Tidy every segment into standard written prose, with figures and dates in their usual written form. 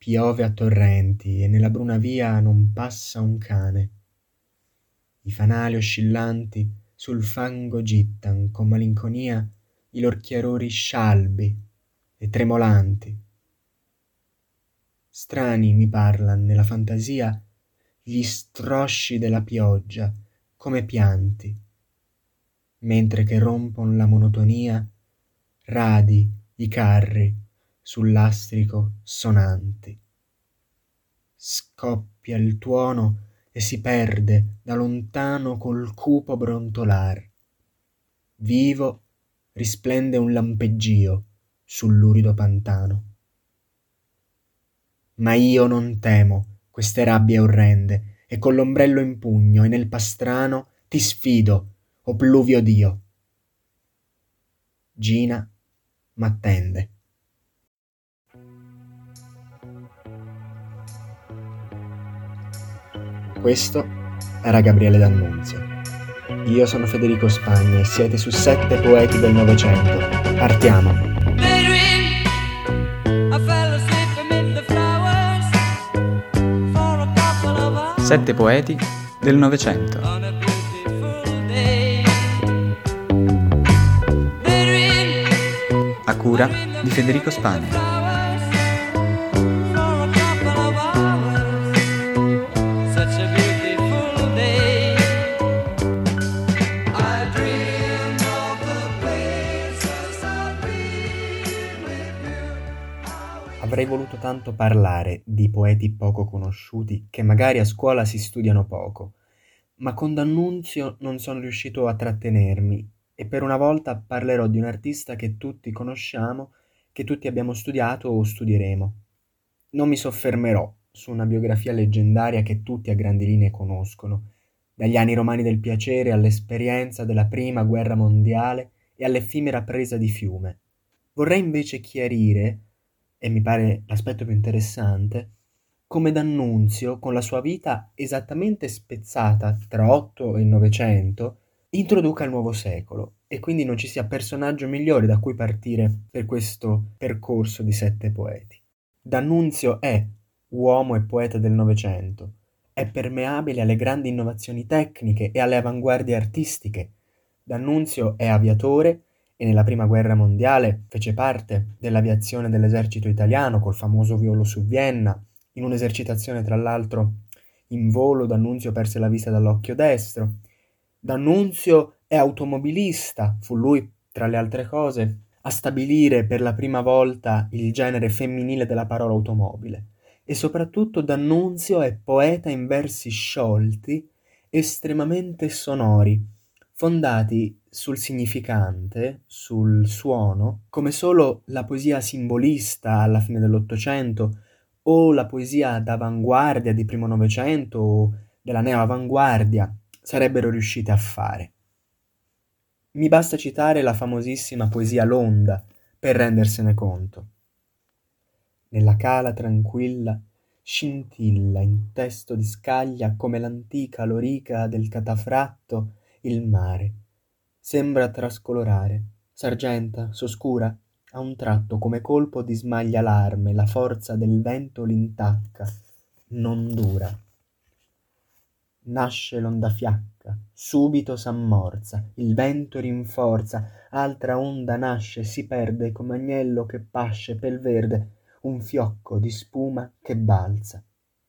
Piove a torrenti e nella bruna via non passa un cane. I fanali oscillanti sul fango gittan con malinconia i lor chiarori scialbi e tremolanti. Strani mi parlan nella fantasia gli strosci della pioggia come pianti, mentre che rompon la monotonia radi i carri sul lastrico sonanti. Scoppia il tuono e si perde da lontano col cupo brontolar. Vivo risplende un lampeggio sull'urido pantano. Ma io non temo queste rabbie orrende, e con l'ombrello in pugno e nel pastrano ti sfido, o pluvio Dio. Gina m'attende. Questo era Gabriele D'Annunzio. Io sono Federico Spagna e siete su 7 poeti del Novecento. Partiamo! Sette poeti del Novecento. A cura di Federico Spagna. Avrei voluto tanto parlare di poeti poco conosciuti che magari a scuola si studiano poco, ma con D'Annunzio non sono riuscito a trattenermi e per una volta parlerò di un artista che tutti conosciamo, che tutti abbiamo studiato o studieremo. Non mi soffermerò su una biografia leggendaria che tutti a grandi linee conoscono, dagli anni romani del piacere all'esperienza della prima guerra mondiale e all'effimera presa di Fiume. Vorrei invece chiarire, e mi pare l'aspetto più interessante, come D'Annunzio, con la sua vita esattamente spezzata tra 8 e 900, introduca il nuovo secolo e quindi non ci sia personaggio migliore da cui partire per questo percorso di 7 poeti. D'Annunzio è uomo e poeta del Novecento, è permeabile alle grandi innovazioni tecniche e alle avanguardie artistiche. D'Annunzio è aviatore e nella prima guerra mondiale fece parte dell'aviazione dell'esercito italiano col famoso volo su Vienna. In un'esercitazione, tra l'altro, in volo D'Annunzio perse la vista dall'occhio destro. D'Annunzio è automobilista, fu lui, tra le altre cose, a stabilire per la prima volta il genere femminile della parola automobile. E soprattutto D'Annunzio è poeta in versi sciolti, estremamente sonori, fondati sul significante, sul suono, come solo la poesia simbolista alla fine dell'Ottocento o la poesia d'avanguardia di primo Novecento o della neoavanguardia sarebbero riuscite a fare. Mi basta citare la famosissima poesia L'onda per rendersene conto. Nella cala tranquilla scintilla in testo di scaglia come l'antica lorica del catafratto il mare. Sembra trascolorare, s'argenta, s'oscura, a un tratto come colpo di smaglia l'arme, la forza del vento l'intacca, non dura. Nasce l'onda fiacca, subito s'ammorza, il vento rinforza, altra onda nasce, si perde come agnello che pasce pel verde, un fiocco di spuma che balza.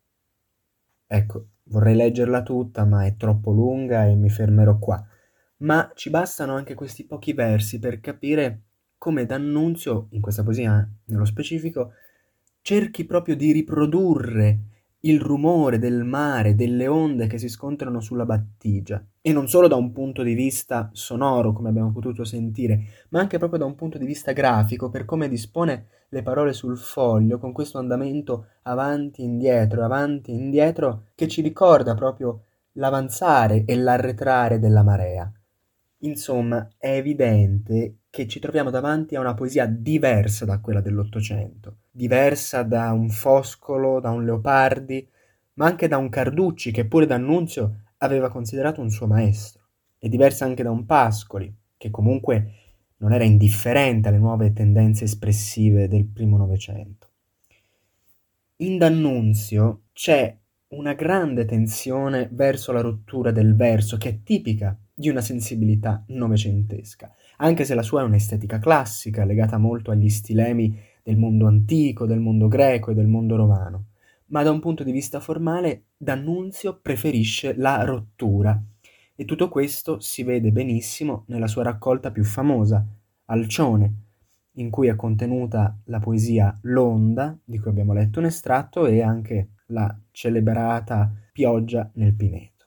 Ecco, vorrei leggerla tutta, ma è troppo lunga e mi fermerò qua. Ma ci bastano anche questi pochi versi per capire come D'Annunzio, in questa poesia nello specifico, cerchi proprio di riprodurre il rumore del mare, delle onde che si scontrano sulla battigia. E non solo da un punto di vista sonoro, come abbiamo potuto sentire, ma anche proprio da un punto di vista grafico, per come dispone le parole sul foglio, con questo andamento avanti e indietro, che ci ricorda proprio l'avanzare e l'arretrare della marea. Insomma, è evidente che ci troviamo davanti a una poesia diversa da quella dell'Ottocento, diversa da un Foscolo, da un Leopardi, ma anche da un Carducci, che pure D'Annunzio aveva considerato un suo maestro, e diversa anche da un Pascoli, che comunque non era indifferente alle nuove tendenze espressive del primo Novecento. In D'Annunzio c'è una grande tensione verso la rottura del verso, che è tipica di una sensibilità novecentesca, anche se la sua è un'estetica classica, legata molto agli stilemi del mondo antico, del mondo greco e del mondo romano. Ma da un punto di vista formale, D'Annunzio preferisce la rottura, e tutto questo si vede benissimo nella sua raccolta più famosa, Alcione, in cui è contenuta la poesia L'Onda, di cui abbiamo letto un estratto, e anche la celebrata Pioggia nel Pineto.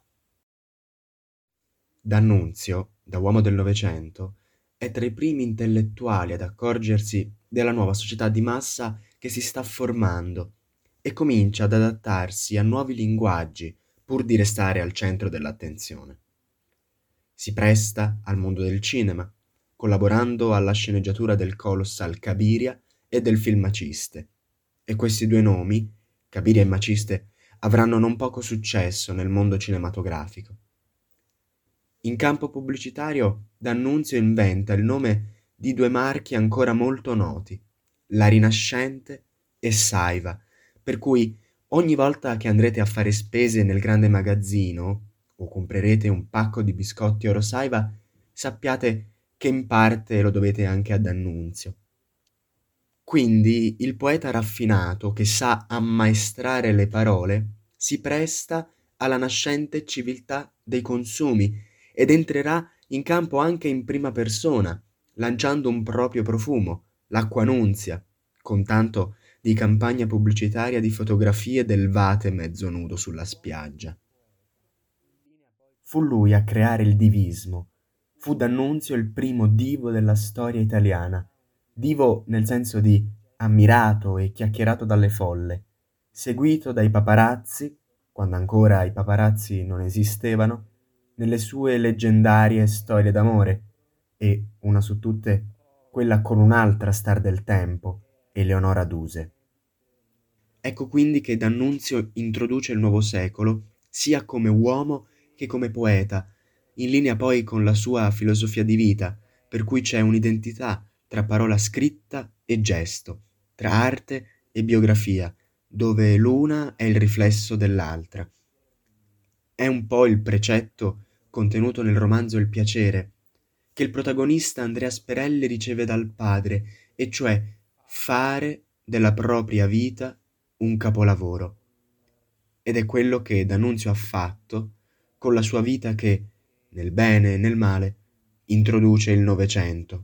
D'Annunzio, da uomo del Novecento, è tra i primi intellettuali ad accorgersi della nuova società di massa che si sta formando e comincia ad adattarsi a nuovi linguaggi pur di restare al centro dell'attenzione. Si presta al mondo del cinema, collaborando alla sceneggiatura del colossal Cabiria e del film Maciste. E questi due nomi, Cabiria e Maciste, avranno non poco successo nel mondo cinematografico. In campo pubblicitario, D'Annunzio inventa il nome di due marchi ancora molto noti, La Rinascente e Saiva, per cui ogni volta che andrete a fare spese nel grande magazzino o comprerete un pacco di biscotti Oro Saiva, sappiate che in parte lo dovete anche ad D'Annunzio. Quindi il poeta raffinato che sa ammaestrare le parole si presta alla nascente civiltà dei consumi ed entrerà in campo anche in prima persona, lanciando un proprio profumo, l'acqua nunzia, con tanto di campagna pubblicitaria di fotografie del vate mezzo nudo sulla spiaggia. Fu lui a creare il divismo. Fu D'Annunzio il primo divo della storia italiana. Divo nel senso di ammirato e chiacchierato dalle folle, seguito dai paparazzi, quando ancora i paparazzi non esistevano, nelle sue leggendarie storie d'amore, e, una su tutte, quella con un'altra star del tempo, Eleonora Duse. Ecco quindi che D'Annunzio introduce il nuovo secolo sia come uomo che come poeta, in linea poi con la sua filosofia di vita, per cui c'è un'identità tra parola scritta e gesto, tra arte e biografia, dove l'una è il riflesso dell'altra. È un po' il precetto contenuto nel romanzo Il piacere, che il protagonista Andrea Sperelli riceve dal padre, e cioè fare della propria vita un capolavoro. Ed è quello che D'Annunzio ha fatto con la sua vita che, nel bene e nel male, introduce il Novecento.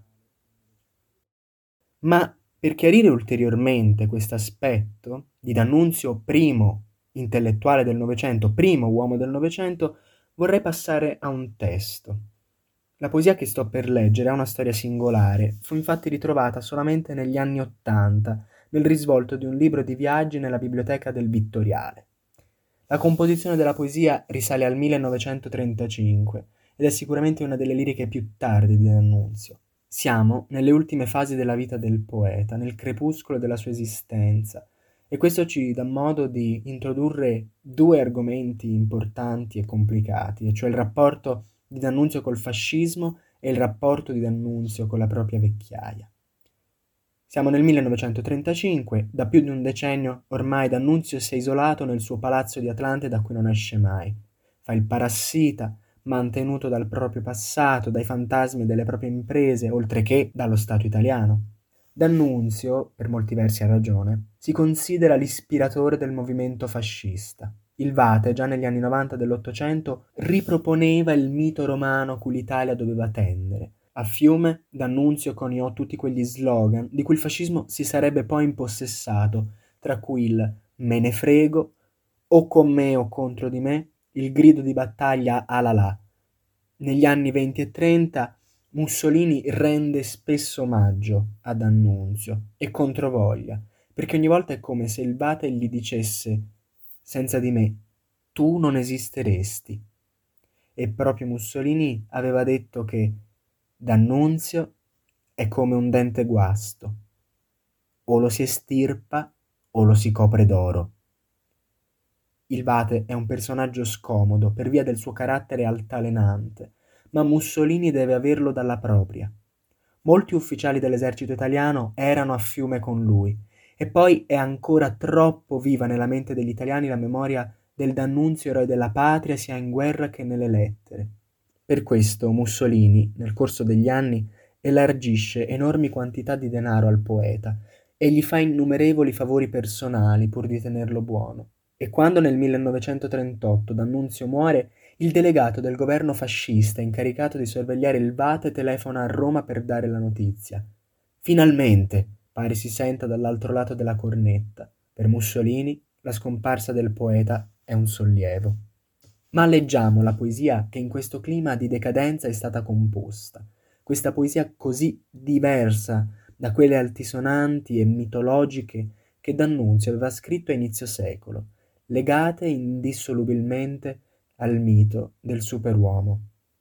Ma per chiarire ulteriormente questo aspetto di D'Annunzio, primo intellettuale del Novecento, primo uomo del Novecento, vorrei passare a un testo. La poesia che sto per leggere ha una storia singolare, fu infatti ritrovata solamente negli anni '80, nel risvolto di un libro di viaggi nella biblioteca del Vittoriale. La composizione della poesia risale al 1935 ed è sicuramente una delle liriche più tarde di D'Annunzio. Siamo nelle ultime fasi della vita del poeta, nel crepuscolo della sua esistenza, e questo ci dà modo di introdurre due argomenti importanti e complicati, e cioè il rapporto di D'Annunzio col fascismo e il rapporto di D'Annunzio con la propria vecchiaia. Siamo nel 1935, da più di un decennio ormai D'Annunzio si è isolato nel suo palazzo di Atlante da cui non esce mai. Fa il parassita, mantenuto dal proprio passato, dai fantasmi delle proprie imprese, oltre che dallo Stato italiano. D'Annunzio, per molti versi ha ragione, si considera l'ispiratore del movimento fascista. Il Vate, già negli anni '90 dell'Ottocento, riproponeva il mito romano a cui l'Italia doveva tendere. A Fiume, D'Annunzio coniò tutti quegli slogan di cui il fascismo si sarebbe poi impossessato, tra cui il "me ne frego", "o con me o contro di me", il grido di battaglia "ah là là". Negli anni '20 e '30 Mussolini rende spesso omaggio a D'Annunzio e controvoglia, perché ogni volta è come se il Vate gli dicesse "senza di me tu non esisteresti". E proprio Mussolini aveva detto che D'Annunzio è come un dente guasto, o lo si estirpa o lo si copre d'oro. Il Vate è un personaggio scomodo per via del suo carattere altalenante, ma Mussolini deve averlo dalla propria. Molti ufficiali dell'esercito italiano erano a Fiume con lui E poi è ancora troppo viva nella mente degli italiani la memoria del D'Annunzio eroe della patria sia in guerra che nelle lettere. Per questo Mussolini, nel corso degli anni, elargisce enormi quantità di denaro al poeta e gli fa innumerevoli favori personali pur di tenerlo buono. E quando nel 1938 D'Annunzio muore, il delegato del governo fascista incaricato di sorvegliare il Vate telefona a Roma per dare la notizia. Finalmente, pare si senta dall'altro lato della cornetta. Per Mussolini la scomparsa del poeta è un sollievo. Ma leggiamo la poesia che in questo clima di decadenza è stata composta. Questa poesia così diversa da quelle altisonanti e mitologiche che D'Annunzio aveva scritto a inizio secolo, legate indissolubilmente al mito del superuomo.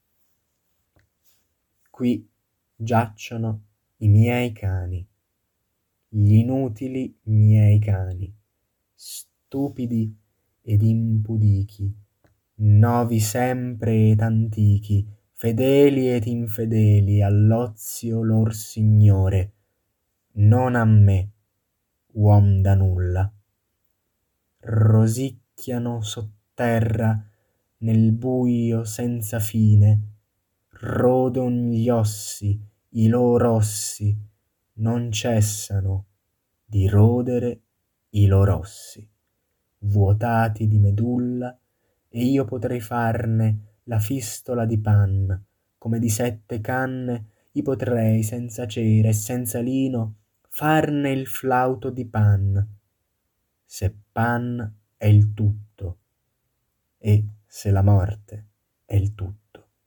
Qui giacciono i miei cani, gli inutili miei cani, stupidi ed impudichi, novi sempre ed antichi, fedeli ed infedeli all'ozio lor signore, non a me, uom da nulla. Rosicchiano sotterra nel buio senza fine, rodon gli ossi, i loro ossi, non cessano di rodere i loro ossi, vuotati di medulla, e io potrei farne la fistola di pan, come di 7 canne io potrei senza cera e senza lino farne il flauto di Pan, se Pan è il tutto e se la morte è il tutto.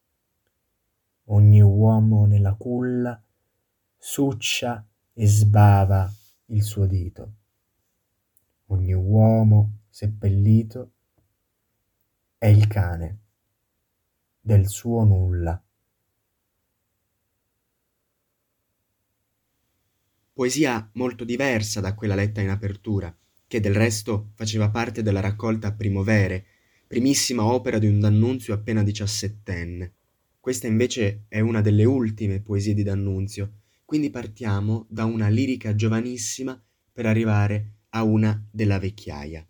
Ogni uomo nella culla succia e sbava il suo dito. Ogni uomo seppellito è il cane del suo nulla. Poesia molto diversa da quella letta in apertura, che del resto faceva parte della raccolta Primovere, primissima opera di un D'Annunzio appena 17enne. Questa invece è una delle ultime poesie di D'Annunzio, quindi partiamo da una lirica giovanissima per arrivare a una della vecchiaia.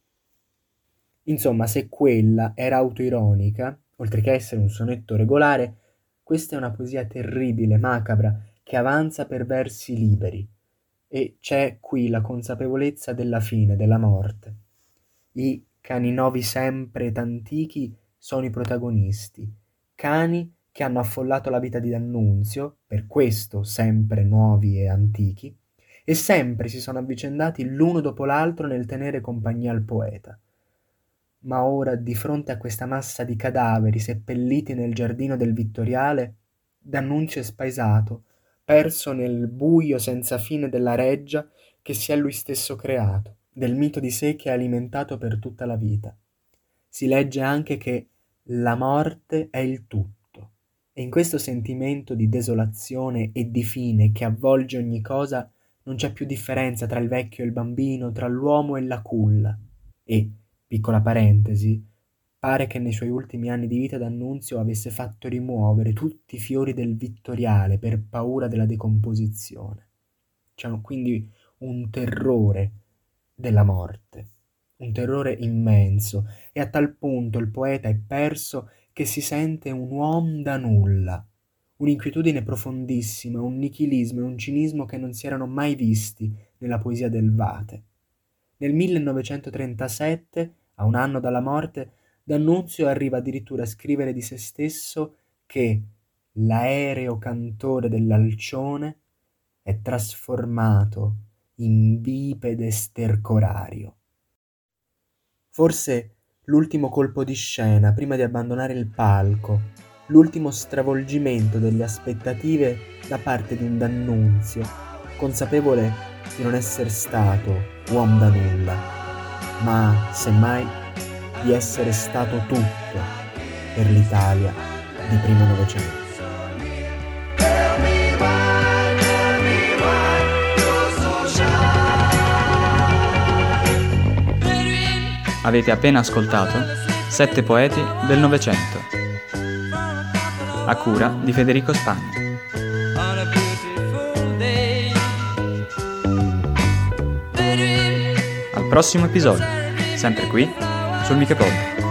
Insomma, se quella era autoironica, oltre che essere un sonetto regolare, questa è una poesia terribile, macabra, che avanza per versi liberi, e c'è qui la consapevolezza della fine, della morte. I cani novi sempre ed antichi sono i protagonisti, cani che hanno affollato la vita di D'Annunzio, per questo sempre nuovi e antichi, e sempre si sono avvicendati l'uno dopo l'altro nel tenere compagnia al poeta. Ma ora, di fronte a questa massa di cadaveri seppelliti nel giardino del Vittoriale, D'Annunzio è spaesato, perso nel buio senza fine della reggia che si è lui stesso creato, del mito di sé che ha alimentato per tutta la vita. Si legge anche che la morte è il tutto, e in questo sentimento di desolazione e di fine che avvolge ogni cosa non c'è più differenza tra il vecchio e il bambino, tra l'uomo e la culla. E, piccola parentesi, pare che nei suoi ultimi anni di vita D'Annunzio avesse fatto rimuovere tutti i fiori del Vittoriale per paura della decomposizione. C'è quindi un terrore della morte, un terrore immenso, e a tal punto il poeta è perso che si sente un uom da nulla, un'inquietudine profondissima, un nichilismo e un cinismo che non si erano mai visti nella poesia del Vate. Nel 1937, a un anno dalla morte, D'Annunzio arriva addirittura a scrivere di se stesso che l'aereo cantore dell'alcione è trasformato in bipede stercorario. Forse l'ultimo colpo di scena prima di abbandonare il palco, l'ultimo stravolgimento delle aspettative da parte di un D'Annunzio, consapevole di non essere stato uomo da nulla, ma semmai di essere stato tutto per l'Italia di primo Novecento. Avete appena ascoltato 7 poeti del Novecento, a cura di Federico Spagna. prossimo episodio, sempre qui sul Michepod.